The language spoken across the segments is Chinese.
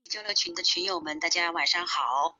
交流群的群友们，大家晚上好。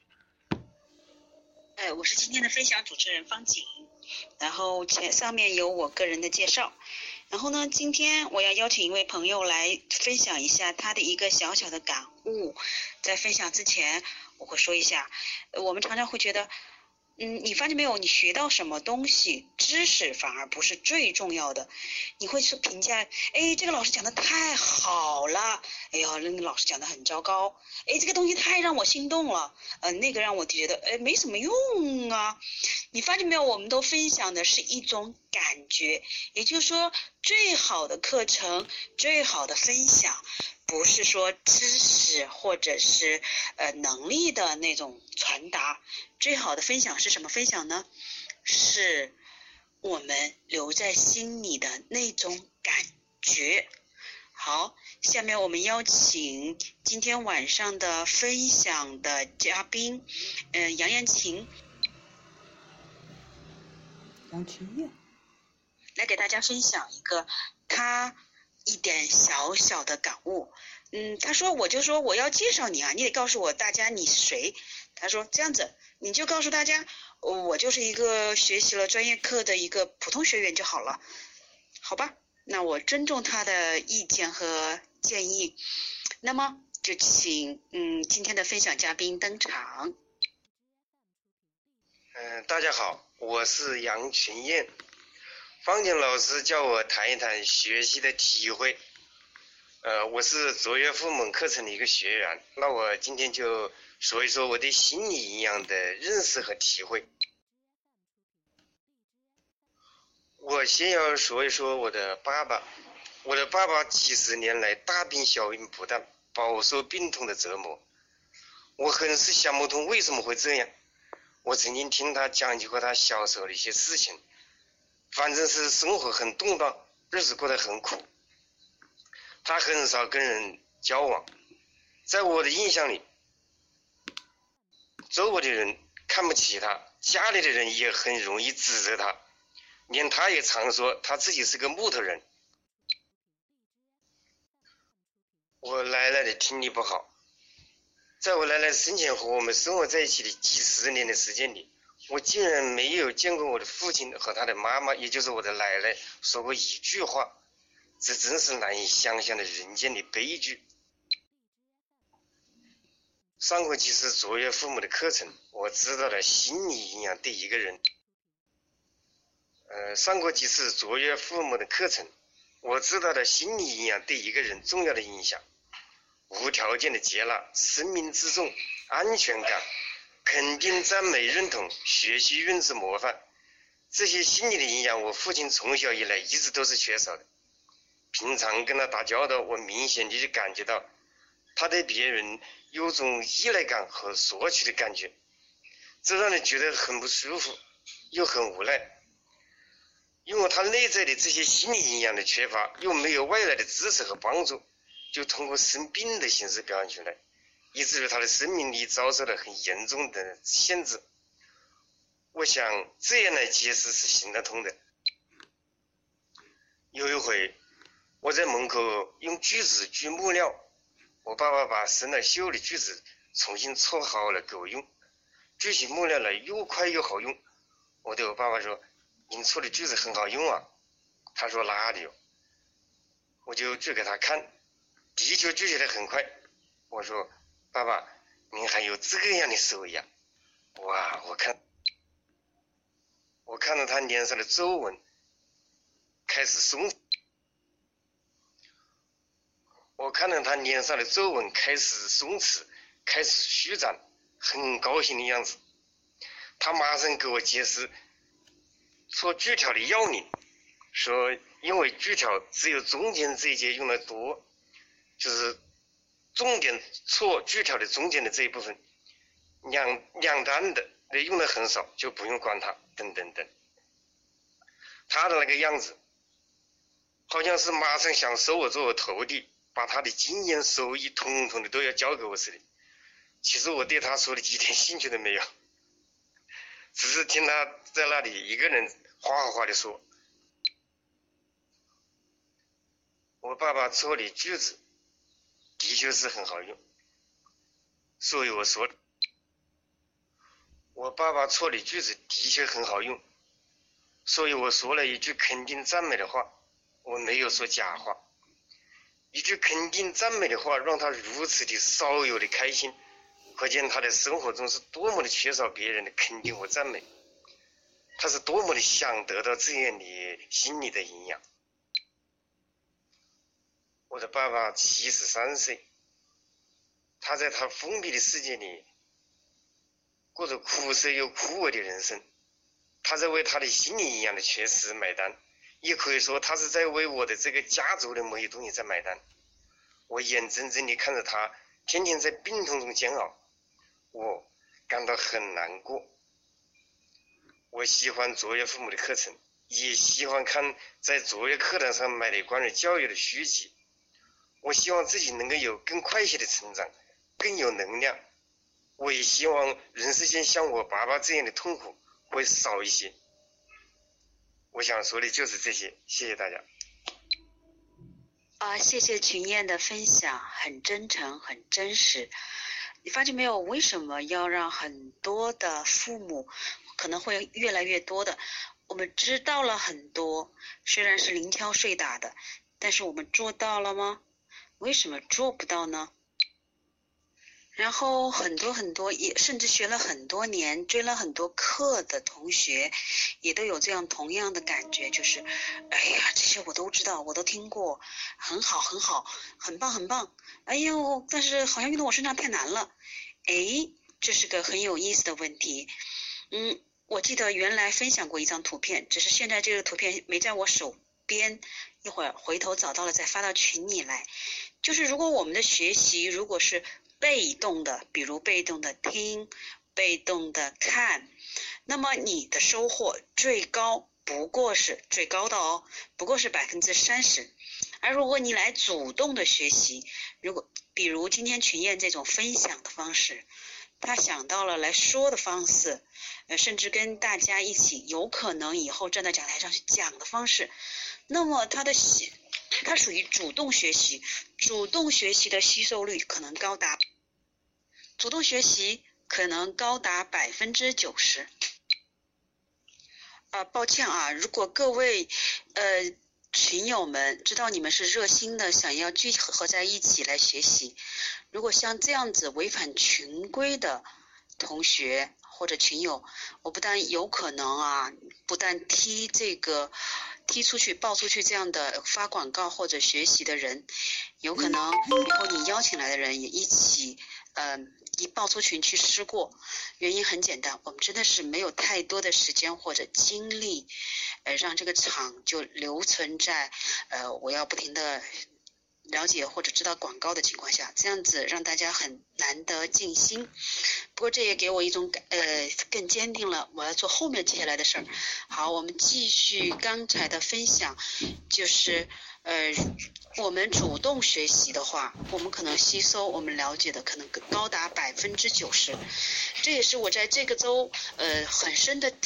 我是今天的分享主持人方景，然后上面有我个人的介绍。然后呢，今天我要邀请一位朋友来分享一下他的一个小小的感悟。在分享之前，我会说一下，我们常常会觉得，你发现没有，你学到什么东西，知识反而不是最重要的。你会去评价，这个老师讲的太好了，哎呦，那个老师讲的很糟糕，这个东西太让我心动了，那个让我觉得，没什么用啊。你发现没有，我们都分享的是一种感觉，也就是说，最好的课程，最好的分享，不是说知识或者是能力的那种传达，最好的分享是什么分享呢？是我们留在心里的那种感觉。好，下面我们邀请今天晚上的分享的嘉宾，杨琴燕来给大家分享一个他一点小小的感悟。他说，我就说我要介绍你啊，你得告诉我大家你是谁。他说这样子，你就告诉大家，我就是一个学习了专业课的一个普通学员就好了，好吧？那我尊重他的意见和建议。那么就请今天的分享嘉宾登场。 大家好，我是杨群燕。方景老师叫我谈一谈学习的体会。我是卓越父母课程的一个学员，那我今天就说一说我对心理营养的认识和体会。我先要说一说我的爸爸。我的爸爸几十年来大病小病不断，饱受病痛的折磨。我很是想不通为什么会这样。我曾经听他讲起过他小时候的一些事情，反正是生活很动荡，日子过得很苦。他很少跟人交往，在我的印象里，周围的人看不起他，家里的人也很容易指责他，连他也常说他自己是个木头人。我奶奶的听力不好，在我奶奶生前和我们生活在一起的几十年的时间里，我竟然没有见过我的父亲和他的妈妈，也就是我的奶奶说过一句话，这真是难以想象的人间的悲剧。上过几次卓越父母的课程，我知道了心理营养对一个人上过几次卓越父母的课程，我知道了心理营养对一个人重要的影响。无条件的接纳，生命自重，安全感，肯定赞美认同，学习认知模范，这些心理的营养我父亲从小以来一直都是缺少的。平常跟他打交道，我明显地感觉到他对别人有种依赖感和索取的感觉，这让人觉得很不舒服又很无奈。因为他内在的这些心理营养的缺乏，又没有外来的支持和帮助，就通过生病的形式表现出来，以至于他的生命力遭受了很严重的限制。我想这样来解释是行得通的。有一回我在门口用锯子锯木料，我爸爸把生了锈的锯子重新锉好了给我用，锯起木料来又快又好用。我对我爸爸说，您锉的锯子很好用啊。他说哪里有？我就锯给他看，的确锯起来很快。我说爸爸，您还有这样的手艺啊？哇，我看到他脸上的皱纹开始松弛，开始舒展，很高兴的样子。他马上给我解释锉锯条的要领，说因为锯条只有中间这一节用的多，就是重点锉锯条的中间的这一部分，两端的用的很少，就不用管它，等等等。他的那个样子好像是马上想收我做我徒弟，把他的经验手艺统统的都要教给我似的。其实我对他说的一点兴趣都没有，只是听他在那里一个人哗哗的说。我爸爸锉的锯子的确是很好用， 所以我说，我爸爸错的句子的确很好用，所以我说了一句肯定赞美的话，我没有说假话。一句肯定赞美的话让他如此的少有的开心，可见他的生活中是多么的缺少别人的肯定和赞美，他是多么的想得到这样的心理的营养。我的爸爸73岁，他在他封闭的世界里过着苦涩又枯萎的人生，他在为他的心理营养的缺失买单，也可以说他是在为我的这个家族的某些东西在买单。我眼睁睁地看着他天天在病痛中煎熬，我感到很难过。我喜欢卓越父母的课程，也喜欢看在卓越课堂上买的关于教育的书籍。我希望自己能够有更快些的成长，更有能量。我也希望人世间像我爸爸这样的痛苦会少一些。我想说的就是这些，谢谢大家。 谢谢群燕的分享，很真诚，很真实。你发现没有，为什么要让很多的父母，可能会越来越多的，我们知道了很多，虽然是零挑碎打的，但是我们做到了吗？为什么做不到呢？然后很多也甚至学了很多年，追了很多课的同学也都有这样同样的感觉，就是哎呀，这些我都知道，我都听过，很好很好，很棒很棒，哎呦，但是好像用到我身上太难了。这是个很有意思的问题。我记得原来分享过一张图片，只是现在这个图片没在我手边，一会儿回头找到了再发到群里来。就是如果我们的学习如果是被动的，比如被动的听，被动的看，那么你的收获最高不过是最高的哦，不过是30%。而如果你来主动的学习，比如今天群燕这种分享的方式，他想到了来说的方式，甚至跟大家一起有可能以后站在讲台上去讲的方式，那么他属于主动学习，主动学习的吸收率可能高达90%。抱歉啊，如果各位群友们知道你们是热心的，想要聚合在一起来学习，如果像这样子违反群规的同学或者群友，我不但有可能不但踢出去爆出去这样的发广告或者学习的人，有可能以后你邀请来的人也一起一爆出群去试过。原因很简单，我们真的是没有太多的时间或者精力让这个场就留存在我要不停的了解或者知道广告的情况下，这样子让大家很难得静心。不过这也给我一种更坚定了我要做后面接下来的事儿。好，我们继续刚才的分享，就是我们主动学习的话，我们可能吸收我们了解的可能高达90%。这也是我在这个周很深的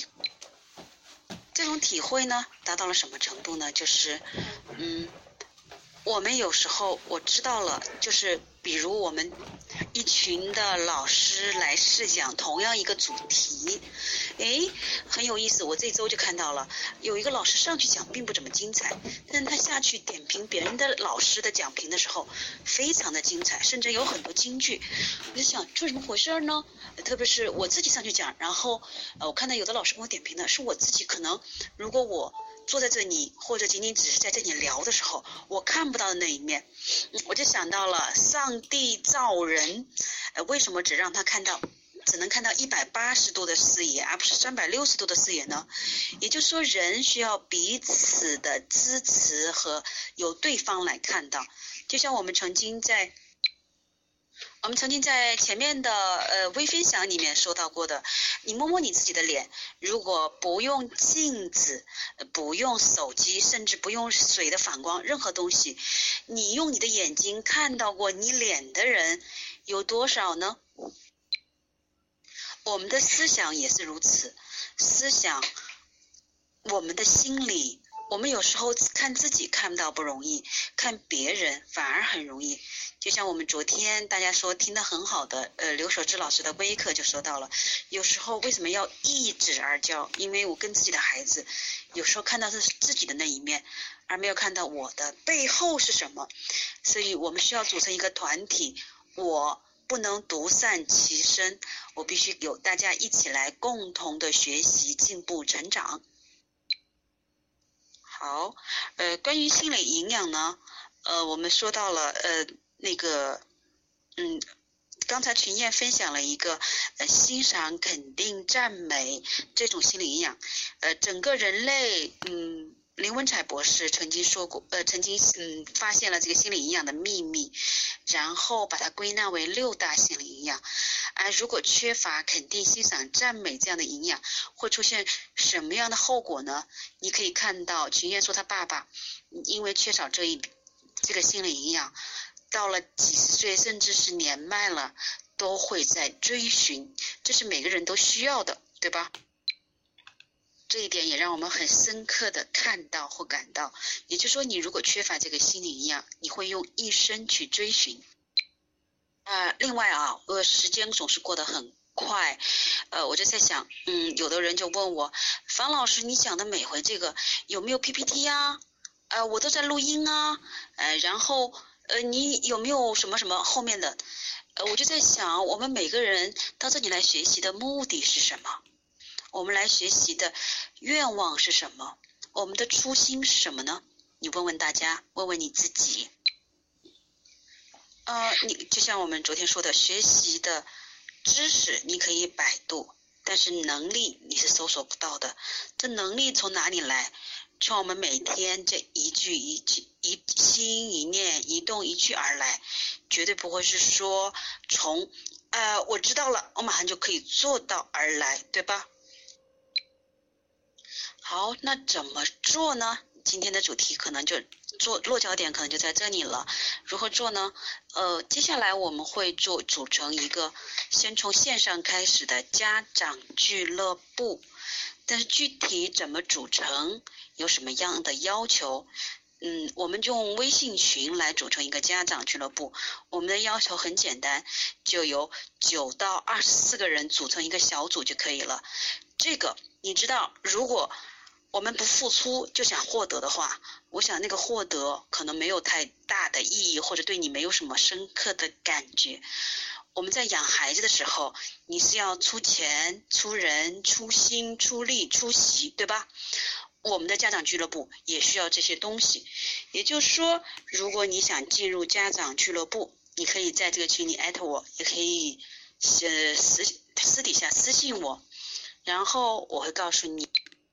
这种体会呢，达到了什么程度呢？就是我们有时候我知道了，就是比如我们一群的老师来试讲同样一个主题，很有意思。我这周就看到了有一个老师上去讲并不怎么精彩，但是他下去点评别人的老师的讲评的时候非常的精彩，甚至有很多金句。我就想这怎么回事呢？特别是我自己上去讲，然后我看到有的老师跟我点评的是我自己，可能如果我坐在这里或者仅仅只是在这里聊的时候我看不到的那一面，我就想到了上帝造人为什么只能看到180度的视野而不是360度的视野呢？也就是说人需要彼此的支持和由对方来看到。就像我们曾经在前面的微分享里面说到过的，你摸摸你自己的脸，如果不用镜子，不用手机，甚至不用水的反光，任何东西，你用你的眼睛看到过你脸的人有多少呢？我们的思想也是如此，思想，我们的心理，我们有时候看自己看到不容易，看别人反而很容易。 就像我们昨天大家说听得很好的刘守之老师的微课就说到了，有时候为什么要一指而教？因为我跟自己的孩子有时候看到是自己的那一面，而没有看到我的背后是什么，所以我们需要组成一个团体，我不能独善其身，我必须有大家一起来共同的学习进步成长。好，关于心理营养呢，我们说到了刚才群燕分享了一个欣赏、肯定、赞美这种心理营养，整个人类林文采博士曾经说过，发现了这个心理营养的秘密，然后把它归纳为6大心理营养。如果缺乏肯定、欣赏、赞美这样的营养，会出现什么样的后果呢？你可以看到群燕说他爸爸因为缺少这个心理营养，到了几十岁甚至是年迈了都会在追寻，这是每个人都需要的，对吧？这一点也让我们很深刻的看到或感到，也就是说你如果缺乏这个心理营养，你会用一生去追寻。另外时间总是过得很快，我就在想，有的人就问我，樊老师你讲的每回这个有没有 PPT 啊？我都在录音啊，然后你有没有什么什么后面的？我就在想，我们每个人到这里来学习的目的是什么？我们来学习的愿望是什么？我们的初心是什么呢？你问问大家，问问你自己。你就像我们昨天说的，学习的知识你可以百度，但是能力你是搜索不到的。这能力从哪里来？从我们每天这一句一句、一心一念、一动一句而来，绝对不会是说从我知道了，我马上就可以做到而来，对吧？好，那怎么做呢？今天的主题可能就落脚点可能就在这里了。如何做呢？接下来我们会组成一个先从线上开始的家长俱乐部，但是具体怎么组成，有什么样的要求？我们就用微信群来组成一个家长俱乐部。我们的要求很简单，就由9到24个人组成一个小组就可以了。这个你知道，如果我们不付出就想获得的话，我想那个获得可能没有太大的意义，或者对你没有什么深刻的感觉。我们在养孩子的时候，你是要出钱、出人、出心、出力、出席，对吧？我们的家长俱乐部也需要这些东西。也就是说，如果你想进入家长俱乐部，你可以在这个群里艾特我，也可以私底下私信我，然后我会告诉你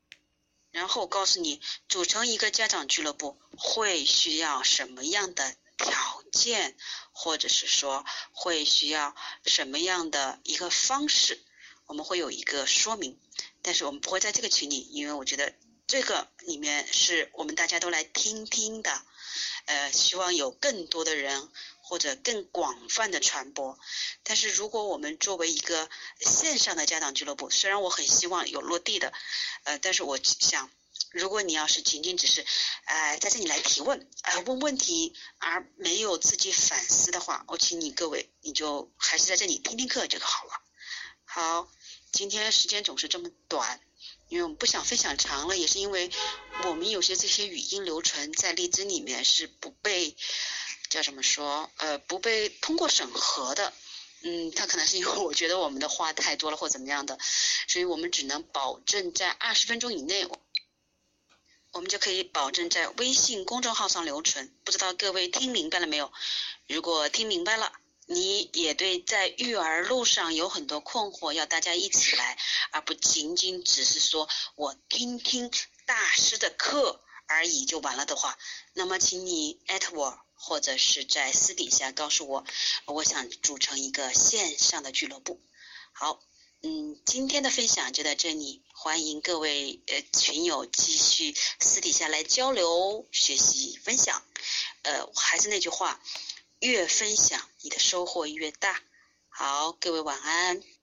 组成一个家长俱乐部会需要什么样的条件，或者是说会需要什么样的一个方式，我们会有一个说明，但是我们不会在这个群里，因为我觉得这个里面是我们大家都来听听的，希望有更多的人或者更广泛的传播。但是如果我们作为一个线上的家长俱乐部，虽然我很希望有落地的，但是我想如果你要是仅仅只是在这里来提问问问题而没有自己反思的话，我请你各位你就还是在这里听听课就好了。好，今天时间总是这么短，因为我们不想分享长了，也是因为我们有些这些语音留存在荔枝里面是不被不被通过审核的。它可能是因为我觉得我们的话太多了或怎么样的，所以我们只能保证在20分钟以内，我们就可以保证在微信公众号上留存。不知道各位听明白了没有？如果听明白了，你也对在育儿路上有很多困惑，要大家一起来，而不仅仅只是说我听听大师的课而已就完了的话，那么请你艾特我，或者是在私底下告诉我，我想组成一个线上的俱乐部。好，今天的分享就到这里，欢迎各位群友继续私底下来交流、学习、分享。还是那句话，越分享你的收获越大。好，各位晚安。